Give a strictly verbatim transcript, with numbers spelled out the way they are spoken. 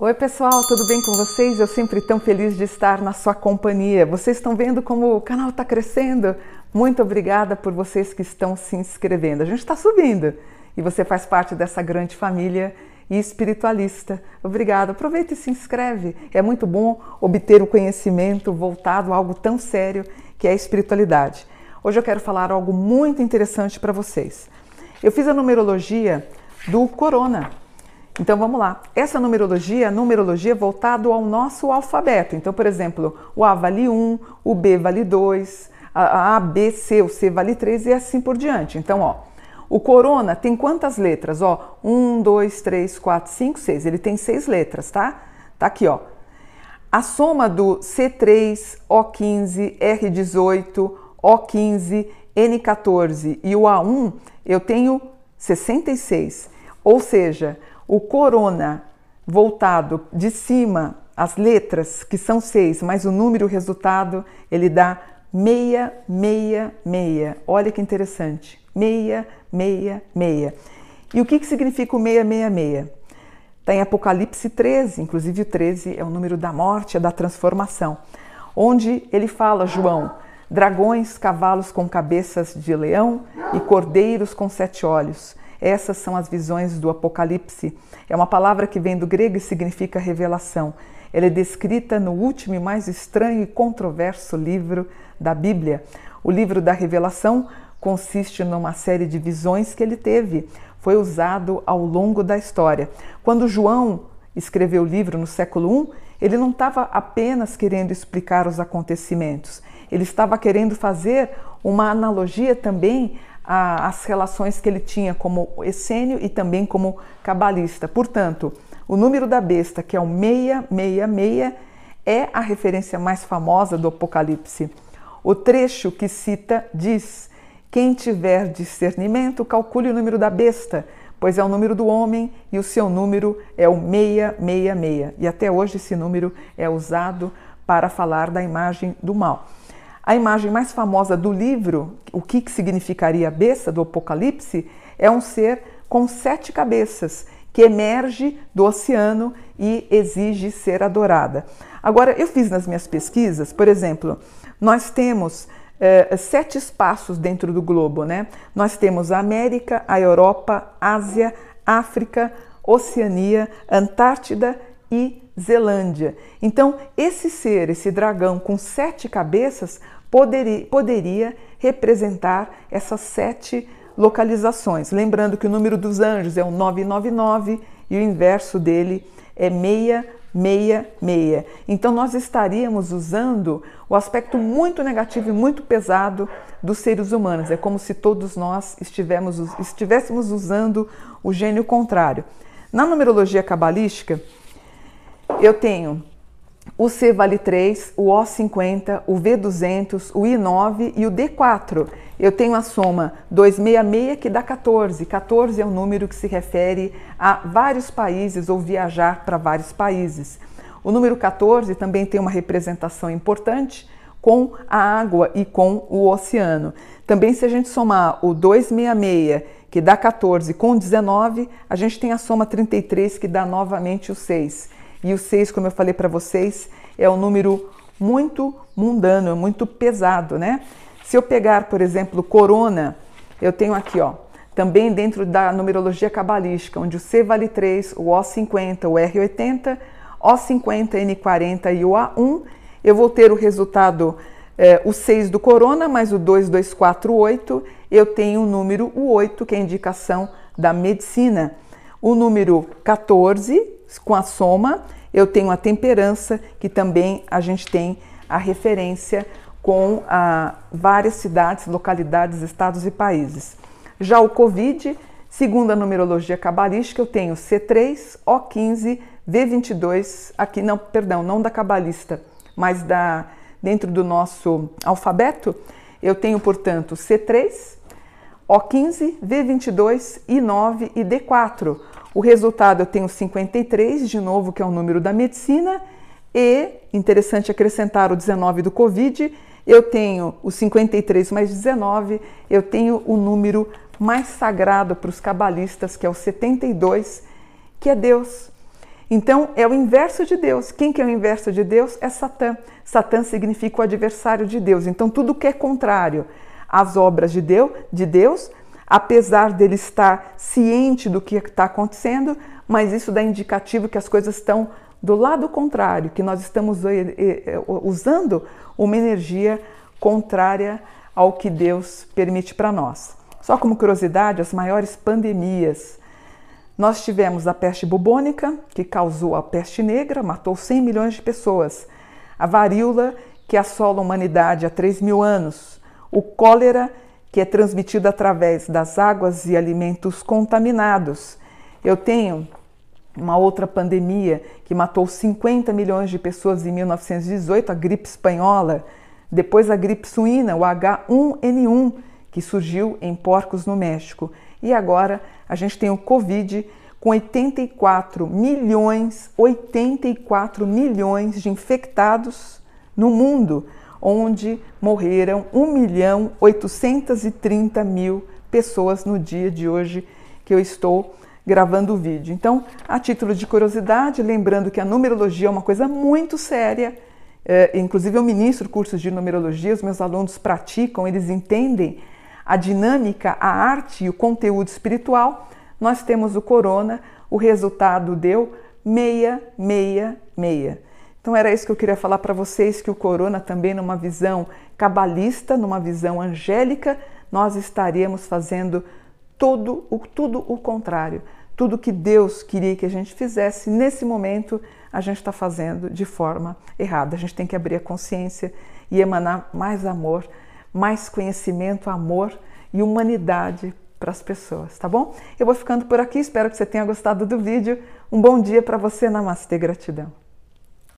Oi pessoal, tudo bem com vocês? Eu sempre tão feliz de estar na sua companhia. Vocês estão vendo como o canal está crescendo? Muito obrigada por vocês que estão se inscrevendo. A gente está subindo e você faz parte dessa grande família espiritualista. Obrigada, aproveita e se inscreve. É muito bom obter o conhecimento voltado a algo tão sério que é a espiritualidade. Hoje eu quero falar algo muito interessante para vocês. Eu fiz a numerologia do corona. Então vamos lá, essa numerologia é numerologia voltada ao nosso alfabeto. Então, por exemplo, o A vale um, o B vale dois, a A, B, C, o C vale três e assim por diante. Então, ó, o corona tem quantas letras? Ó, um, dois, três, quatro, cinco, seis. Ele tem seis letras, tá? Tá aqui, ó. A soma do C três, O quinze, R dezoito, O quinze, N quatorze e o A um, eu tenho sessenta e seis. Ou seja, o corona voltado de cima, as letras que são seis, mais o número, o resultado, ele dá seiscentos e sessenta e seis. Olha que interessante, seiscentos e sessenta e seis. E o que, que significa o seiscentos e sessenta e seis? Está em Apocalipse treze, inclusive o treze é o número da morte, é da transformação, onde ele fala, João, dragões, cavalos com cabeças de leão e cordeiros com sete olhos. Essas são as visões do Apocalipse. É uma palavra que vem do grego e significa revelação. Ela é descrita no último e mais estranho e controverso livro da Bíblia. O livro da Revelação consiste numa série de visões que ele teve. Foi usado ao longo da história. Quando João escreveu o livro no século um, ele não estava apenas querendo explicar os acontecimentos. Ele estava querendo fazer uma analogia também as relações que ele tinha como essênio e também como cabalista. Portanto, o número da besta, que é o seiscentos e sessenta e seis, é a referência mais famosa do Apocalipse. O trecho que cita diz: quem tiver discernimento, calcule o número da besta, pois é o número do homem e o seu número é o seiscentos e sessenta e seis. E até hoje esse número é usado para falar da imagem do mal. A imagem mais famosa do livro, o que significaria a besta do Apocalipse, é um ser com sete cabeças, que emerge do oceano e exige ser adorada. Agora, eu fiz nas minhas pesquisas, por exemplo, nós temos eh, sete espaços dentro do globo, né? Nós temos a América, a Europa, Ásia, África, Oceania, Antártida e Zelândia. Então, esse ser, esse dragão com sete cabeças, poderia, poderia representar essas sete localizações. Lembrando que o número dos anjos é o novecentos e noventa e nove e o inverso dele é seiscentos e sessenta e seis. Então, nós estaríamos usando o aspecto muito negativo e muito pesado dos seres humanos. É como se todos nós estivéssemos, estivéssemos usando o gênio contrário. Na numerologia cabalística, eu tenho o C vale três, o O cinquenta, o V duzentos, o I nove e o D quatro. Eu tenho a soma duzentos e sessenta e seis que dá quatorze. quatorze é um número que se refere a vários países ou viajar para vários países. O número quatorze também tem uma representação importante com a água e com o oceano. Também, se a gente somar o duzentos e sessenta e seis, que dá quatorze, com dezenove, a gente tem a soma trinta e três, que dá novamente o seis. E o seis, como eu falei para vocês, é um número muito mundano, muito pesado, né? Se eu pegar, por exemplo, corona, eu tenho aqui, ó, também dentro da numerologia cabalística, onde o C vale três, o O cinquenta, o R oitenta, O cinquenta, N quarenta e o A um, eu vou ter o resultado, eh, o seis do corona, mais o dois, dois, quatro, oito, eu tenho o número o oito, que é a indicação da medicina. O número quatorze, com a soma, eu tenho a temperança, que também a gente tem a referência com a, várias cidades, localidades, estados e países. Já o Covid, segundo a numerologia cabalística, eu tenho C três, O quinze, V vinte e dois, aqui não, perdão, não da cabalista, mas da, dentro do nosso alfabeto, eu tenho, portanto, C três, O quinze, V vinte e dois, I nove e D quatro. O resultado eu tenho cinquenta e três, de novo, que é o número da medicina, e, interessante acrescentar o dezenove do Covid, eu tenho o cinquenta e três mais dezenove, eu tenho o número mais sagrado para os cabalistas, que é o setenta e dois, que é Deus. Então, é o inverso de Deus. Quem que é o inverso de Deus? É Satã. Satã significa o adversário de Deus. Então, tudo que é contrário às obras de Deus, de Deus, apesar dele estar ciente do que está acontecendo, mas isso dá indicativo que as coisas estão do lado contrário, que nós estamos usando uma energia contrária ao que Deus permite para nós. Só como curiosidade, as maiores pandemias. Nós tivemos a peste bubônica, que causou a peste negra, matou cem milhões de pessoas. A varíola, que assola a humanidade há três mil anos. O cólera, que é transmitido através das águas e alimentos contaminados. Eu tenho uma outra pandemia que matou cinquenta milhões de pessoas em mil novecentos e dezoito, a gripe espanhola. Depois a gripe suína, o H um N um, que surgiu em porcos no México. E agora a gente tem o Covid com oitenta e quatro milhões, oitenta e quatro milhões de infectados no mundo, onde morreram um milhão oitocentos e trinta mil pessoas no dia de hoje que eu estou gravando o vídeo. Então, a título de curiosidade, lembrando que a numerologia é uma coisa muito séria, é, inclusive eu ministro cursos de numerologia, os meus alunos praticam, eles entendem a dinâmica, a arte e o conteúdo espiritual. Nós temos o corona, o resultado deu seiscentos e sessenta e seis. Então era isso que eu queria falar para vocês, que o corona também numa visão cabalista, numa visão angélica, nós estaríamos fazendo tudo o, tudo o contrário. Tudo que Deus queria que a gente fizesse, nesse momento, a gente está fazendo de forma errada. A gente tem que abrir a consciência e emanar mais amor, mais conhecimento, amor e humanidade para as pessoas, tá bom? Eu vou ficando por aqui, espero que você tenha gostado do vídeo. Um bom dia para você, namastê, gratidão.